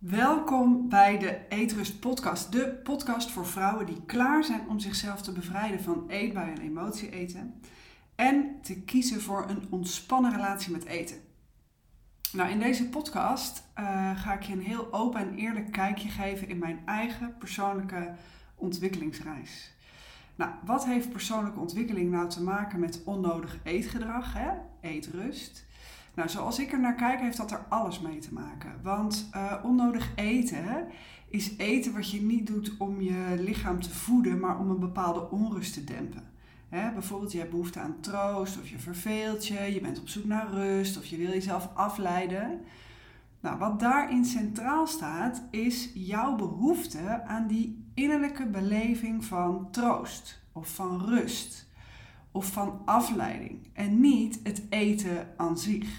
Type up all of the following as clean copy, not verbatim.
Welkom bij de Eetrust podcast. De podcast voor vrouwen die klaar zijn om zichzelf te bevrijden van eetbui en emotie eten. En te kiezen voor een ontspannen relatie met eten. Nou, in deze podcast ga ik je een heel open en eerlijk kijkje geven in mijn eigen persoonlijke ontwikkelingsreis. Nou, wat heeft persoonlijke ontwikkeling nou te maken met onnodig eetgedrag, eetrust? Nou, zoals ik er naar kijk, heeft dat er alles mee te maken. Want onnodig eten is eten wat je niet doet om je lichaam te voeden, maar om een bepaalde onrust te dempen. Bijvoorbeeld, je hebt behoefte aan troost, of je verveelt je bent op zoek naar rust, of je wil jezelf afleiden. Nou, wat daarin centraal staat, is jouw behoefte aan die innerlijke beleving van troost, of van rust, of van afleiding. En niet het eten aan zich.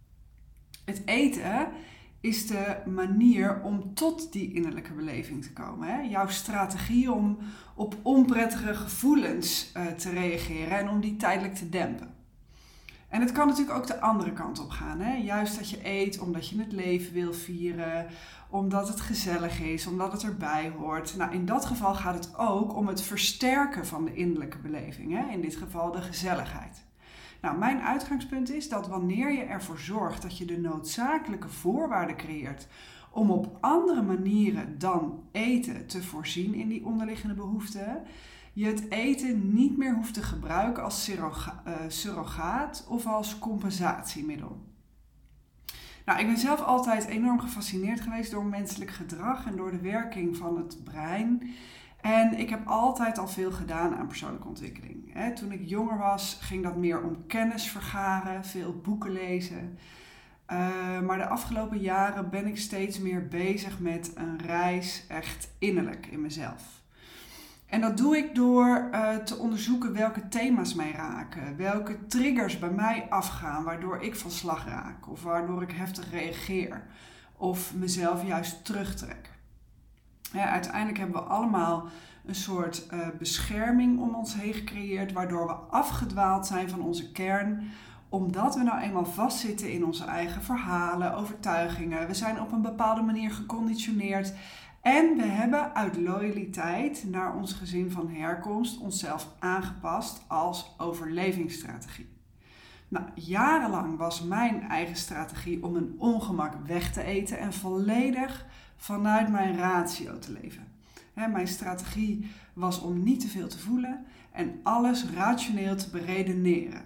Het eten is de manier om tot die innerlijke beleving te komen. Jouw strategie om op onprettige gevoelens te reageren en om die tijdelijk te dempen. En het kan natuurlijk ook de andere kant op gaan. Juist dat je eet omdat je het leven wil vieren, omdat het gezellig is, omdat het erbij hoort. Nou, in dat geval gaat het ook om het versterken van de innerlijke beleving. In dit geval de gezelligheid. Nou, mijn uitgangspunt is dat wanneer je ervoor zorgt dat je de noodzakelijke voorwaarden creëert om op andere manieren dan eten te voorzien in die onderliggende behoeften, je het eten niet meer hoeft te gebruiken als surrogaat of als compensatiemiddel. Nou, ik ben zelf altijd enorm gefascineerd geweest door menselijk gedrag en door de werking van het brein. En ik heb altijd al veel gedaan aan persoonlijke ontwikkeling. Toen ik jonger was, ging dat meer om kennis vergaren, veel boeken lezen. Maar de afgelopen jaren ben ik steeds meer bezig met een reis echt innerlijk in mezelf. En dat doe ik door te onderzoeken welke thema's mij raken, welke triggers bij mij afgaan waardoor ik van slag raak of waardoor ik heftig reageer of mezelf juist terugtrek. Uiteindelijk hebben we allemaal een soort bescherming om ons heen gecreëerd waardoor we afgedwaald zijn van onze kern, omdat we nou eenmaal vastzitten in onze eigen verhalen, overtuigingen. We zijn op een bepaalde manier geconditioneerd. En we hebben uit loyaliteit naar ons gezin van herkomst onszelf aangepast als overlevingsstrategie. Nou, jarenlang was mijn eigen strategie om een ongemak weg te eten en volledig vanuit mijn ratio te leven. Mijn strategie was om niet te veel te voelen en alles rationeel te beredeneren.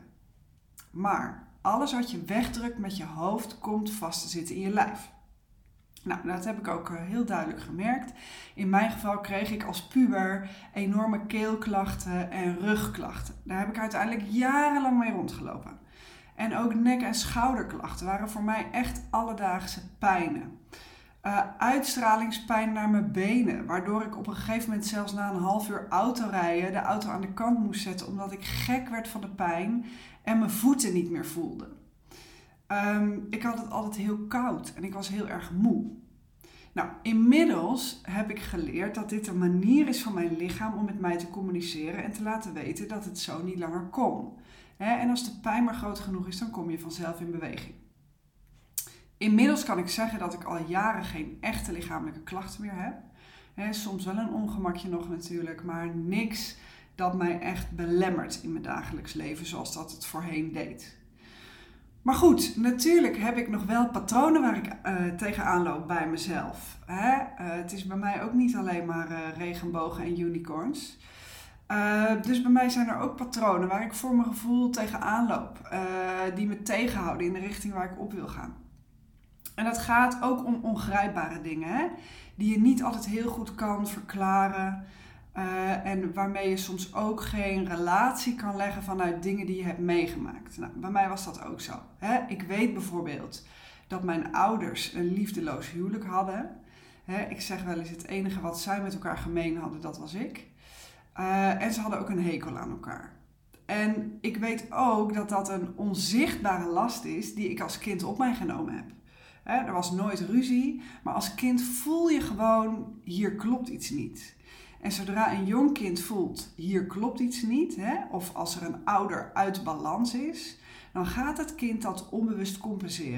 Maar alles wat je wegdrukt met je hoofd komt vast te zitten in je lijf. Nou, dat heb ik ook heel duidelijk gemerkt. In mijn geval kreeg ik als puber enorme keelklachten en rugklachten. Daar heb ik uiteindelijk jarenlang mee rondgelopen. En ook nek- en schouderklachten waren voor mij echt alledaagse pijnen. Uitstralingspijn naar mijn benen, waardoor ik op een gegeven moment zelfs na een half uur autorijden de auto aan de kant moest zetten omdat ik gek werd van de pijn en mijn voeten niet meer voelde. Ik had het altijd heel koud en ik was heel erg moe. Nou, inmiddels heb ik geleerd dat dit een manier is van mijn lichaam om met mij te communiceren en te laten weten dat het zo niet langer kon. En als de pijn maar groot genoeg is, dan kom je vanzelf in beweging. Inmiddels kan ik zeggen dat ik al jaren geen echte lichamelijke klachten meer heb. Soms wel een ongemakje nog natuurlijk, maar niks dat mij echt belemmert in mijn dagelijks leven zoals dat het voorheen deed. Maar goed, natuurlijk heb ik nog wel patronen waar ik tegenaan loop bij mezelf. Het is bij mij ook niet alleen maar regenbogen en unicorns. Dus bij mij zijn er ook patronen waar ik voor mijn gevoel tegenaan loop. Die me tegenhouden in de richting waar ik op wil gaan. En dat gaat ook om ongrijpbare dingen, die je niet altijd heel goed kan verklaren. En waarmee je soms ook geen relatie kan leggen vanuit dingen die je hebt meegemaakt. Nou, bij mij was dat ook zo. Ik weet bijvoorbeeld dat mijn ouders een liefdeloos huwelijk hadden. Ik zeg wel eens, het enige wat zij met elkaar gemeen hadden, dat was ik. En ze hadden ook een hekel aan elkaar. En ik weet ook dat dat een onzichtbare last is die ik als kind op mij genomen heb. Er was nooit ruzie, maar als kind voel je gewoon, hier klopt iets niet. En zodra een jong kind voelt, hier klopt iets niet, of als er een ouder uit balans is, dan gaat het kind dat onbewust compenseren.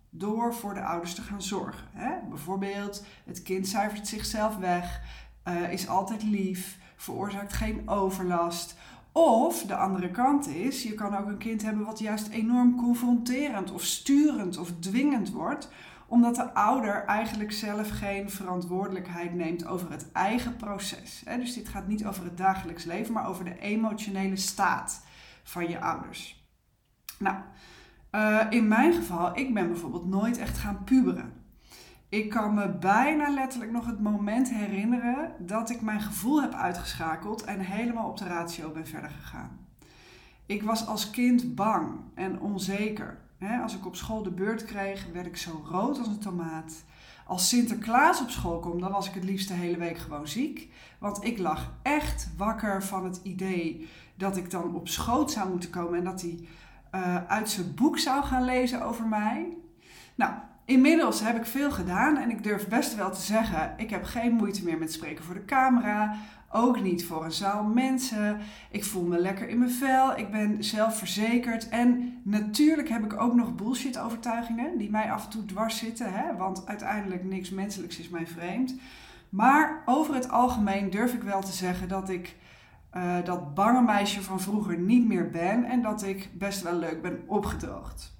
door voor de ouders te gaan zorgen. Hè? Bijvoorbeeld, het kind cijfert zichzelf weg, is altijd lief, veroorzaakt geen overlast. Of de andere kant is, je kan ook een kind hebben wat juist enorm confronterend of sturend of dwingend wordt, omdat de ouder eigenlijk zelf geen verantwoordelijkheid neemt over het eigen proces. Dus dit gaat niet over het dagelijks leven, maar over de emotionele staat van je ouders. Nou, in mijn geval, ik ben bijvoorbeeld nooit echt gaan puberen. Ik kan me bijna letterlijk nog het moment herinneren dat ik mijn gevoel heb uitgeschakeld en helemaal op de ratio ben verder gegaan. Ik was als kind bang en onzeker. Als ik op school de beurt kreeg, werd ik zo rood als een tomaat. Als Sinterklaas op school kwam, dan was ik het liefst de hele week gewoon ziek. Want ik lag echt wakker van het idee dat ik dan op schoot zou moeten komen en dat hij uit zijn boek zou gaan lezen over mij. Nou, inmiddels heb ik veel gedaan en ik durf best wel te zeggen, ik heb geen moeite meer met spreken voor de camera. Ook niet voor een zaal mensen. Ik voel me lekker in mijn vel. Ik ben zelfverzekerd. En natuurlijk heb ik ook nog bullshit overtuigingen die mij af en toe dwars zitten. Want uiteindelijk niks menselijks is mij vreemd. Maar over het algemeen durf ik wel te zeggen dat ik dat bange meisje van vroeger niet meer ben. En dat ik best wel leuk ben opgedroogd.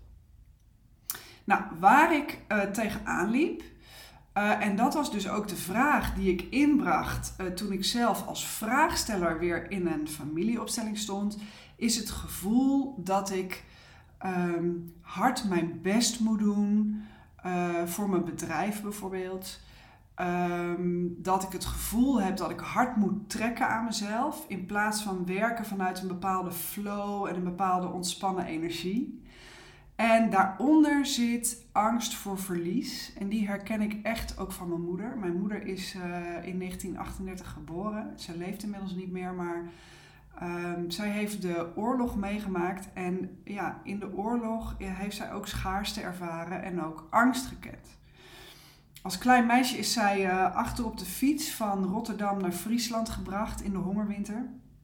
Nou, waar ik tegenaan liep. En dat was dus ook de vraag die ik inbracht toen ik zelf als vraagsteller weer in een familieopstelling stond. Is het gevoel dat ik hard mijn best moet doen voor mijn bedrijf bijvoorbeeld. Dat ik het gevoel heb dat ik hard moet trekken aan mezelf in plaats van werken vanuit een bepaalde flow en een bepaalde ontspannen energie. En daaronder zit angst voor verlies. En die herken ik echt ook van mijn moeder. Mijn moeder is in 1938 geboren. Ze leeft inmiddels niet meer, maar zij heeft de oorlog meegemaakt. En ja, in de oorlog heeft zij ook schaarste ervaren en ook angst gekend. Als klein meisje is zij achter op de fiets van Rotterdam naar Friesland gebracht in de hongerwinter.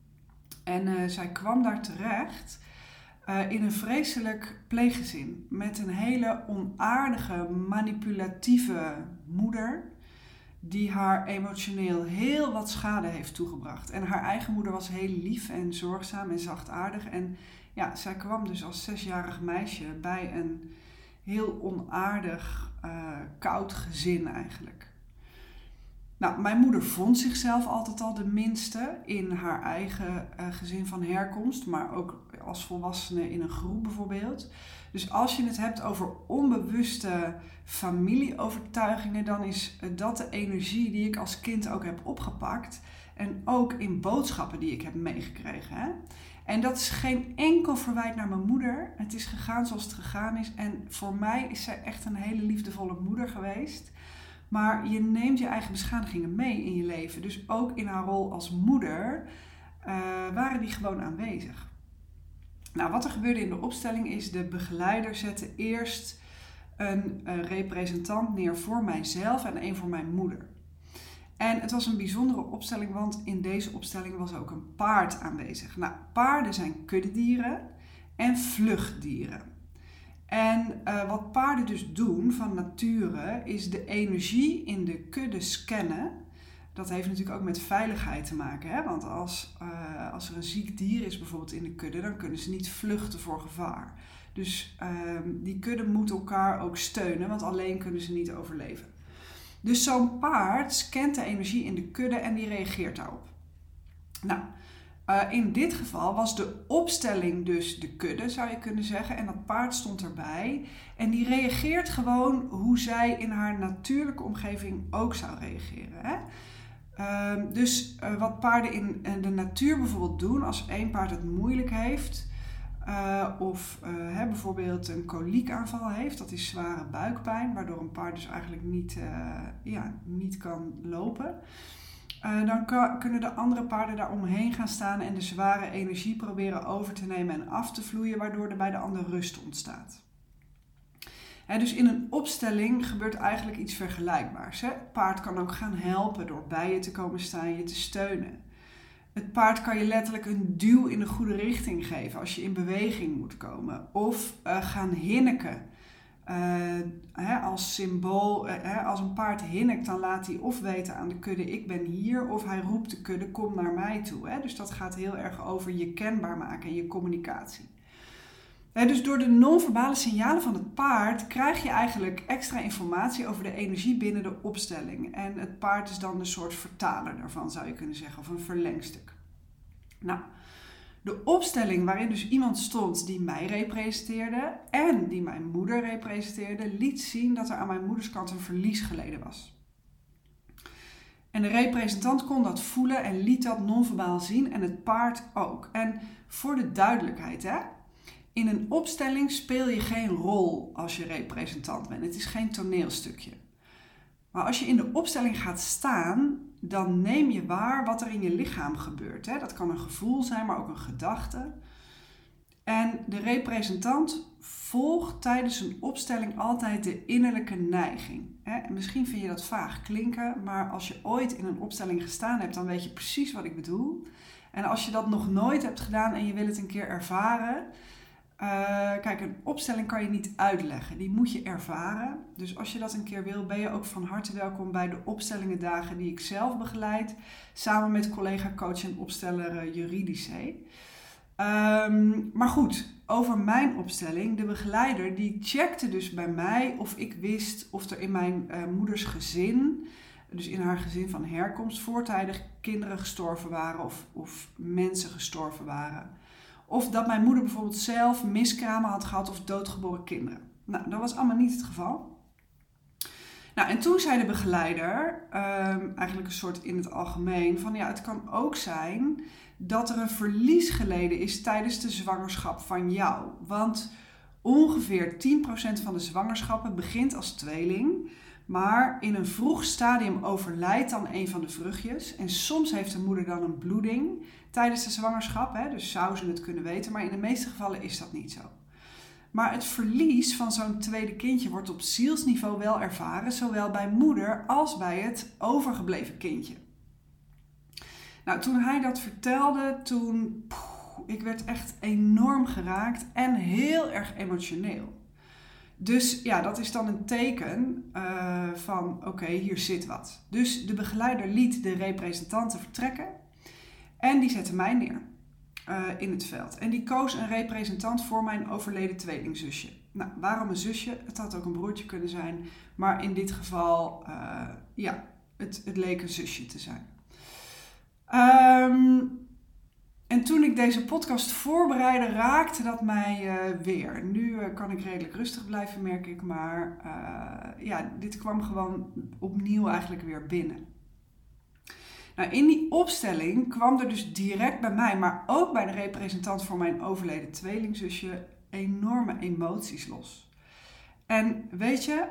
En zij kwam daar terecht in een vreselijk pleeggezin met een hele onaardige, manipulatieve moeder die haar emotioneel heel wat schade heeft toegebracht. En haar eigen moeder was heel lief en zorgzaam en zachtaardig. En ja, zij kwam dus als 6-jarig meisje bij een heel onaardig, koud gezin eigenlijk. Nou, mijn moeder vond zichzelf altijd al de minste in haar eigen gezin van herkomst, maar ook als volwassene in een groep bijvoorbeeld. Dus als je het hebt over onbewuste familieovertuigingen, dan is dat de energie die ik als kind ook heb opgepakt en ook in boodschappen die ik heb meegekregen. Hè? En dat is geen enkel verwijt naar mijn moeder. Het is gegaan zoals het gegaan is en voor mij is zij echt een hele liefdevolle moeder geweest. Maar je neemt je eigen beschadigingen mee in je leven. Dus ook in haar rol als moeder waren die gewoon aanwezig. Nou, wat er gebeurde in de opstelling is, de begeleider zette eerst een representant neer voor mijzelf en één voor mijn moeder. En het was een bijzondere opstelling, want in deze opstelling was ook een paard aanwezig. Nou, paarden zijn kuddedieren en vluchtdieren. En wat paarden dus doen van nature is de energie in de kudde scannen. Dat heeft natuurlijk ook met veiligheid te maken. Hè? Want als er een ziek dier is bijvoorbeeld in de kudde, dan kunnen ze niet vluchten voor gevaar. Dus die kudde moet elkaar ook steunen, want alleen kunnen ze niet overleven. Dus zo'n paard scant de energie in de kudde en die reageert daarop. Nou, in dit geval was de opstelling dus de kudde, zou je kunnen zeggen. En dat paard stond erbij. En die reageert gewoon hoe zij in haar natuurlijke omgeving ook zou reageren. Hè? Dus wat paarden in de natuur bijvoorbeeld doen, als één paard het moeilijk heeft, of bijvoorbeeld een koliekaanval heeft, dat is zware buikpijn, waardoor een paard dus eigenlijk niet kan lopen. Dan kunnen de andere paarden daar omheen gaan staan en de zware energie proberen over te nemen en af te vloeien, waardoor er bij de ander rust ontstaat. Dus in een opstelling gebeurt eigenlijk iets vergelijkbaars. Het paard kan ook gaan helpen door bij je te komen staan, je te steunen. Het paard kan je letterlijk een duw in de goede richting geven als je in beweging moet komen. Of gaan hinniken Als symbool, als een paard hinnikt, dan laat hij of weten aan de kudde, ik ben hier, of hij roept de kudde, kom naar mij toe. Dus dat gaat heel erg over je kenbaar maken en je communicatie. Dus door de non-verbale signalen van het paard krijg je eigenlijk extra informatie over de energie binnen de opstelling. En het paard is dan een soort vertaler daarvan, zou je kunnen zeggen, of een verlengstuk. Nou, de opstelling waarin dus iemand stond die mij representeerde en die mijn moeder representeerde, liet zien dat er aan mijn moeders kant een verlies geleden was. En de representant kon dat voelen en liet dat non-verbaal zien en het paard ook. En voor de duidelijkheid, in een opstelling speel je geen rol als je representant bent. Het is geen toneelstukje. Maar als je in de opstelling gaat staan, dan neem je waar wat er in je lichaam gebeurt. Dat kan een gevoel zijn, maar ook een gedachte. En de representant volgt tijdens een opstelling altijd de innerlijke neiging. En misschien vind je dat vaag klinken, maar als je ooit in een opstelling gestaan hebt, dan weet je precies wat ik bedoel. En als je dat nog nooit hebt gedaan en je wil het een keer ervaren, kijk, een opstelling kan je niet uitleggen. Die moet je ervaren. Dus als je dat een keer wil, ben je ook van harte welkom bij de opstellingendagen die ik zelf begeleid. Samen met collega coach en opsteller Juridice. Maar goed, over mijn opstelling. De begeleider die checkte dus bij mij of ik wist of er in mijn moeders gezin, dus in haar gezin van herkomst, voortijdig kinderen gestorven waren of mensen gestorven waren. Of dat mijn moeder bijvoorbeeld zelf miskramen had gehad of doodgeboren kinderen. Nou, dat was allemaal niet het geval. Nou, en toen zei de begeleider, eigenlijk een soort in het algemeen, van ja, het kan ook zijn dat er een verlies geleden is tijdens de zwangerschap van jou. Want ongeveer 10% van de zwangerschappen begint als tweeling, maar in een vroeg stadium overlijdt dan een van de vruchtjes. En soms heeft de moeder dan een bloeding tijdens de zwangerschap, dus zou ze het kunnen weten, maar in de meeste gevallen is dat niet zo. Maar het verlies van zo'n tweede kindje wordt op zielsniveau wel ervaren, zowel bij moeder als bij het overgebleven kindje. Nou, toen hij dat vertelde, ik werd echt enorm geraakt en heel erg emotioneel. Dus ja, dat is dan een teken van oké, hier zit wat. Dus de begeleider liet de representanten vertrekken en die zette mij neer in het veld. En die koos een representant voor mijn overleden tweelingzusje. Nou, waarom een zusje? Het had ook een broertje kunnen zijn, maar in dit geval, het leek een zusje te zijn. En toen ik deze podcast voorbereidde, raakte dat mij weer. Nu kan ik redelijk rustig blijven, merk ik. Maar dit kwam gewoon opnieuw eigenlijk weer binnen. Nou, in die opstelling kwam er dus direct bij mij, maar ook bij de representant voor mijn overleden tweelingzusje, enorme emoties los. En weet je,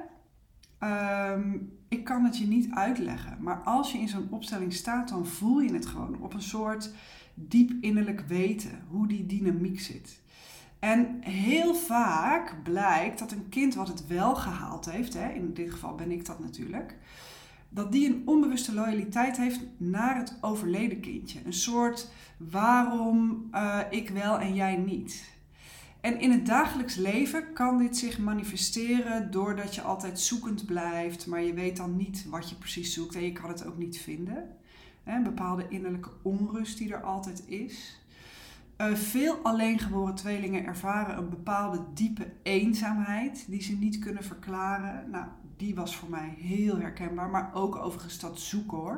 ik kan het je niet uitleggen. Maar als je in zo'n opstelling staat, dan voel je het gewoon op een soort diep innerlijk weten hoe die dynamiek zit. En heel vaak blijkt dat een kind wat het wel gehaald heeft, in dit geval ben ik dat natuurlijk, dat die een onbewuste loyaliteit heeft naar het overleden kindje. Een soort waarom ik wel en jij niet. En in het dagelijks leven kan dit zich manifesteren doordat je altijd zoekend blijft, maar je weet dan niet wat je precies zoekt en je kan het ook niet vinden. Een bepaalde innerlijke onrust die er altijd is. Veel alleengeboren tweelingen ervaren een bepaalde diepe eenzaamheid die ze niet kunnen verklaren. Nou, die was voor mij heel herkenbaar, maar ook overigens dat zoeken hoor.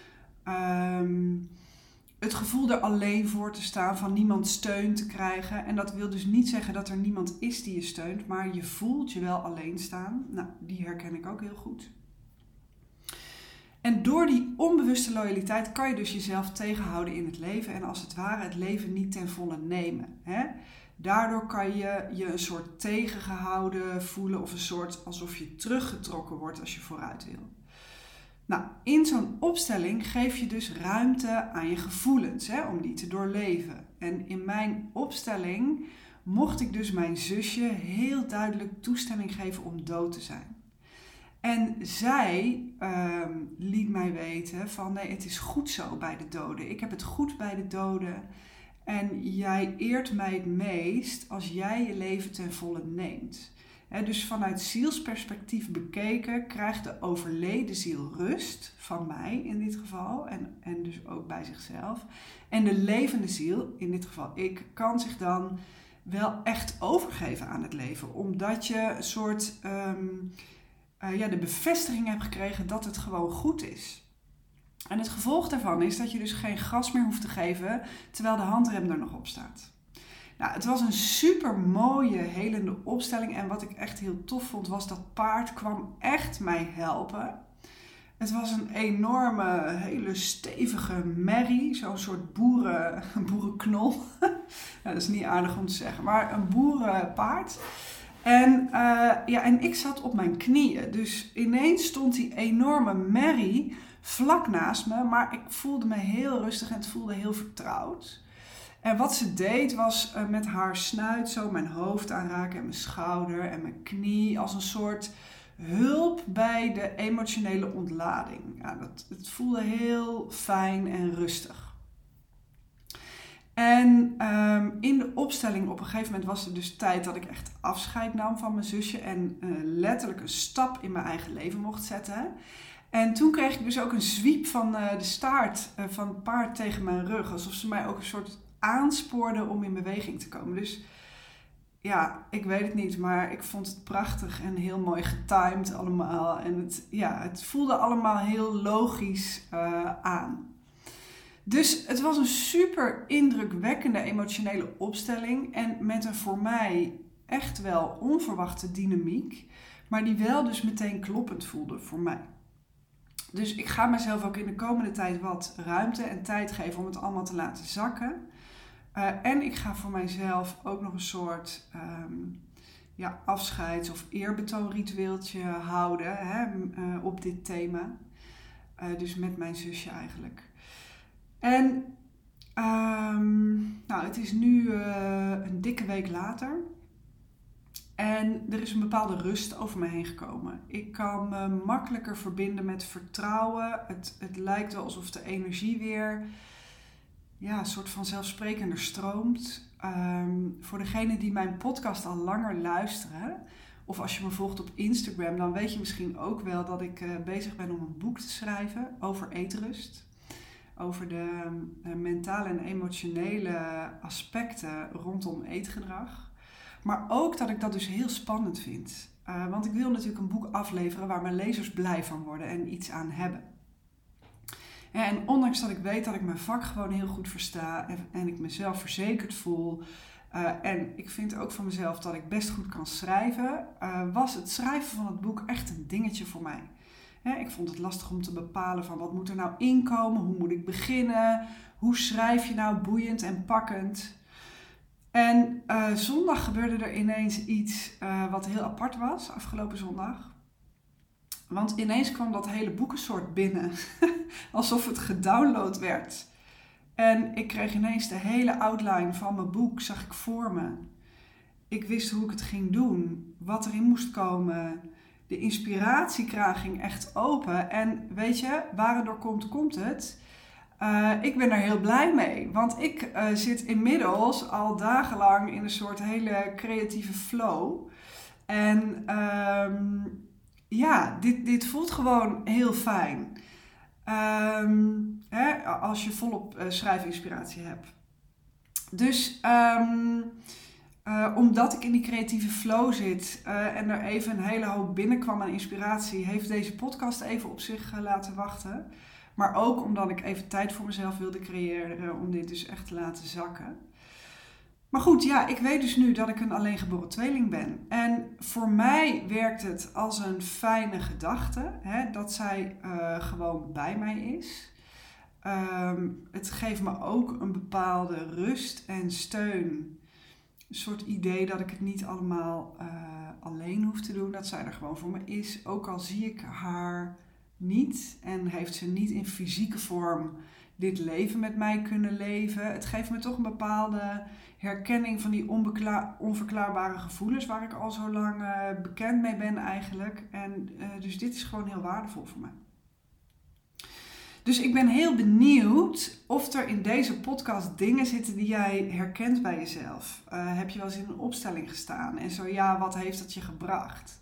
Het gevoel er alleen voor te staan, van niemand steun te krijgen. En dat wil dus niet zeggen dat er niemand is die je steunt, maar je voelt je wel alleen staan. Nou, die herken ik ook heel goed. En door die onbewuste loyaliteit kan je dus jezelf tegenhouden in het leven en als het ware het leven niet ten volle nemen. Daardoor kan je je een soort tegengehouden voelen of een soort alsof je teruggetrokken wordt als je vooruit wil. Nou, in zo'n opstelling geef je dus ruimte aan je gevoelens om die te doorleven. En in mijn opstelling mocht ik dus mijn zusje heel duidelijk toestemming geven om dood te zijn. En zij liet mij weten van nee, het is goed zo bij de doden. Ik heb het goed bij de doden. En jij eert mij het meest als jij je leven ten volle neemt. Dus vanuit zielsperspectief bekeken krijgt de overleden ziel rust, van mij in dit geval, en dus ook bij zichzelf. En de levende ziel, in dit geval ik, kan zich dan wel echt overgeven aan het leven. Omdat je een soort de bevestiging hebt gekregen dat het gewoon goed is. En het gevolg daarvan is dat je dus geen gas meer hoeft te geven terwijl de handrem er nog op staat. Nou, het was een super mooie, helende opstelling. En wat ik echt heel tof vond, was dat paard kwam echt mij helpen. Het was een enorme, hele stevige merrie. Zo'n soort boerenknol. Dat is niet aardig om te zeggen, maar een boerenpaard. En ik zat op mijn knieën. Dus ineens stond die enorme merrie vlak naast me. Maar ik voelde me heel rustig en het voelde heel vertrouwd. En wat ze deed was met haar snuit zo mijn hoofd aanraken en mijn schouder en mijn knie. Als een soort hulp bij de emotionele ontlading. Ja, het voelde heel fijn en rustig. En in de opstelling op een gegeven moment was er dus tijd dat ik echt afscheid nam van mijn zusje. En letterlijk een stap in mijn eigen leven mocht zetten. En toen kreeg ik dus ook een zwiep van de staart van het paard tegen mijn rug. Alsof ze mij ook een soort aanspoorde om in beweging te komen. Dus ja, ik weet het niet, maar ik vond het prachtig en heel mooi getimed allemaal. En het voelde allemaal heel logisch aan. Dus het was een super indrukwekkende emotionele opstelling. En met een voor mij echt wel onverwachte dynamiek. Maar die wel dus meteen kloppend voelde voor mij. Dus ik ga mezelf ook in de komende tijd wat ruimte en tijd geven om het allemaal te laten zakken. En ik ga voor mijzelf ook nog een soort afscheids- of eerbetoonritueeltje houden op dit thema. Dus met mijn zusje eigenlijk. En het is nu een dikke week later. En er is een bepaalde rust over me heen gekomen. Ik kan me makkelijker verbinden met vertrouwen. Het lijkt wel alsof de energie weer een soort van zelfsprekender stroomt. Voor degenen die mijn podcast al langer luisteren, of als je me volgt op Instagram, dan weet je misschien ook wel dat ik bezig ben om een boek te schrijven over eetrust. Over de mentale en emotionele aspecten rondom eetgedrag. Maar ook dat ik dat dus heel spannend vind. Want ik wil natuurlijk een boek afleveren waar mijn lezers blij van worden en iets aan hebben. En ondanks dat ik weet dat ik mijn vak gewoon heel goed versta en ik mezelf verzekerd voel. En ik vind ook van mezelf dat ik best goed kan schrijven. Was het schrijven van het boek echt een dingetje voor mij. Ik vond het lastig om te bepalen van wat moet er nou inkomen, hoe moet ik beginnen, hoe schrijf je nou boeiend en pakkend. En zondag gebeurde er ineens iets wat heel apart was, afgelopen zondag. Want ineens kwam dat hele boekensoort binnen, alsof het gedownload werd. En ik kreeg ineens de hele outline van mijn boek, zag ik voor me. Ik wist hoe ik het ging doen, wat erin moest komen. De inspiratiekraan ging echt open. En weet je, waar het door komt, komt het. Ik ben er heel blij mee. Want ik zit inmiddels al dagenlang in een soort hele creatieve flow. En dit voelt gewoon heel fijn. Als je volop schrijfinspiratie hebt. Dus omdat ik in die creatieve flow zit en er even een hele hoop binnenkwam aan inspiratie, heeft deze podcast even op zich laten wachten. Maar ook omdat ik even tijd voor mezelf wilde creëren om dit dus echt te laten zakken. Maar goed, ik weet dus nu dat ik een alleengeboren tweeling ben. En voor mij werkt het als een fijne gedachte, dat zij gewoon bij mij is. Het geeft me ook een bepaalde rust en steun. Een soort idee dat ik het niet allemaal alleen hoef te doen. Dat zij er gewoon voor me is. Ook al zie ik haar niet en heeft ze niet in fysieke vorm dit leven met mij kunnen leven. Het geeft me toch een bepaalde herkenning van die onverklaarbare gevoelens waar ik al zo lang bekend mee ben eigenlijk. En dus dit is gewoon heel waardevol voor mij. Dus ik ben heel benieuwd of er in deze podcast dingen zitten die jij herkent bij jezelf. Heb je wel eens in een opstelling gestaan? En zo ja, wat heeft dat je gebracht?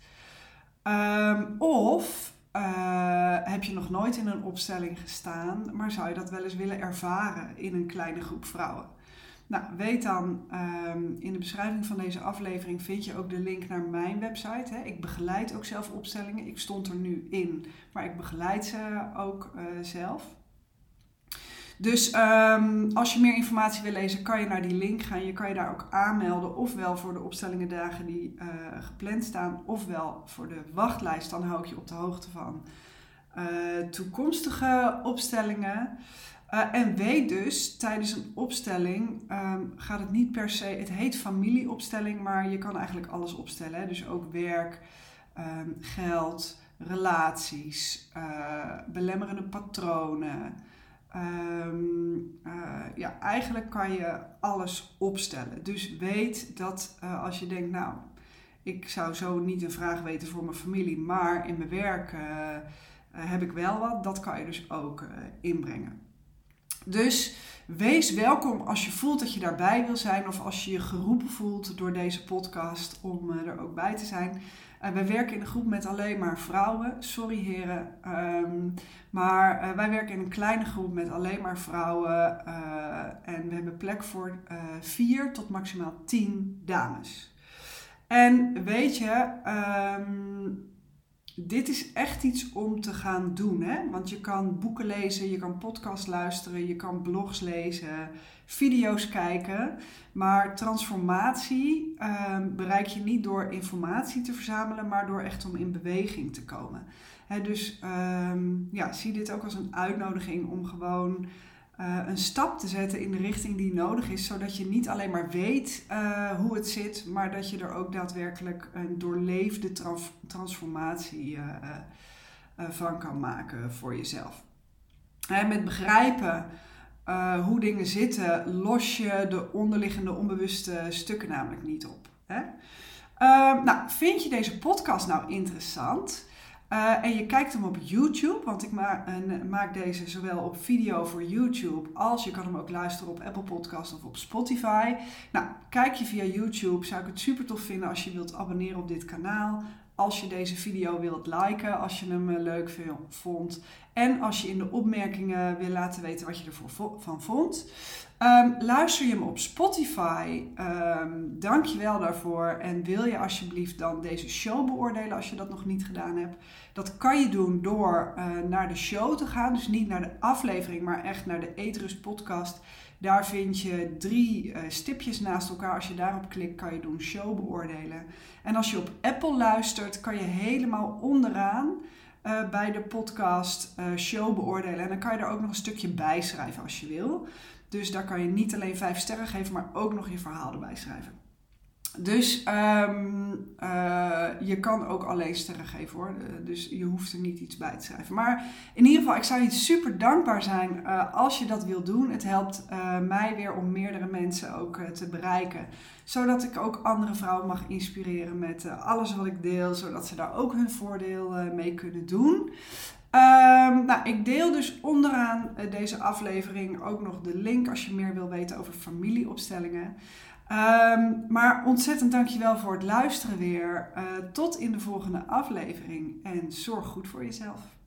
Of heb je nog nooit in een opstelling gestaan, maar zou je dat wel eens willen ervaren in een kleine groep vrouwen? Nou, weet dan, in de beschrijving van deze aflevering vind je ook de link naar mijn website. Hè. Ik begeleid ook zelf opstellingen. Ik stond er nu in, maar ik begeleid ze ook zelf. Dus als je meer informatie wil lezen, kan je naar die link gaan. Je kan je daar ook aanmelden, ofwel voor de opstellingendagen die gepland staan, ofwel voor de wachtlijst. Dan hou ik je op de hoogte van toekomstige opstellingen. En weet dus, tijdens een opstelling gaat het niet per se, het heet familieopstelling, maar je kan eigenlijk alles opstellen. Hè? Dus ook werk, geld, relaties, belemmerende patronen. Eigenlijk kan je alles opstellen. Dus weet dat als je denkt, nou, ik zou zo niet een vraag weten voor mijn familie, maar in mijn werk heb ik wel wat, dat kan je dus ook inbrengen. Dus wees welkom als je voelt dat je daarbij wil zijn of als je je geroepen voelt door deze podcast om er ook bij te zijn. Wij werken in een groep met alleen maar vrouwen. Sorry heren. Maar wij werken in een kleine groep met alleen maar vrouwen. En we hebben plek voor 4 tot maximaal 10 dames. En weet je, dit is echt iets om te gaan doen. Hè? Want je kan boeken lezen, je kan podcasts luisteren, je kan blogs lezen, video's kijken. Maar transformatie bereik je niet door informatie te verzamelen, maar door echt om in beweging te komen. Dus zie dit ook als een uitnodiging om gewoon een stap te zetten in de richting die nodig is. Zodat je niet alleen maar weet hoe het zit, maar dat je er ook daadwerkelijk een doorleefde transformatie van kan maken voor jezelf. Met begrijpen hoe dingen zitten, los je de onderliggende onbewuste stukken namelijk niet op. Vind je deze podcast nou interessant? En je kijkt hem op YouTube, want ik maak deze zowel op video voor YouTube als je kan hem ook luisteren op Apple Podcast of op Spotify. Nou, kijk je via YouTube, zou ik het super tof vinden als je wilt abonneren op dit kanaal. Als je deze video wilt liken, als je hem leuk vond. En als je in de opmerkingen wil laten weten wat je ervan vond. Luister je hem op Spotify, dank je wel daarvoor. En wil je alsjeblieft dan deze show beoordelen als je dat nog niet gedaan hebt. Dat kan je doen door naar de show te gaan. Dus niet naar de aflevering, maar echt naar de Eetrust podcast. Daar vind je 3 stipjes naast elkaar. Als je daarop klikt, kan je doen show beoordelen. En als je op Apple luistert, kan je helemaal onderaan bij de podcast show beoordelen. En dan kan je er ook nog een stukje bij schrijven als je wil. Dus daar kan je niet alleen 5 sterren geven, maar ook nog je verhaal erbij schrijven. Dus je kan ook alleen sterren geven hoor. Dus je hoeft er niet iets bij te schrijven. Maar in ieder geval, ik zou je super dankbaar zijn als je dat wilt doen. Het helpt mij weer om meerdere mensen ook te bereiken. Zodat ik ook andere vrouwen mag inspireren met alles wat ik deel. Zodat ze daar ook hun voordeel mee kunnen doen. Ik deel dus onderaan deze aflevering ook nog de link als je meer wil weten over familieopstellingen. Maar ontzettend dankjewel voor het luisteren weer. Tot in de volgende aflevering en zorg goed voor jezelf.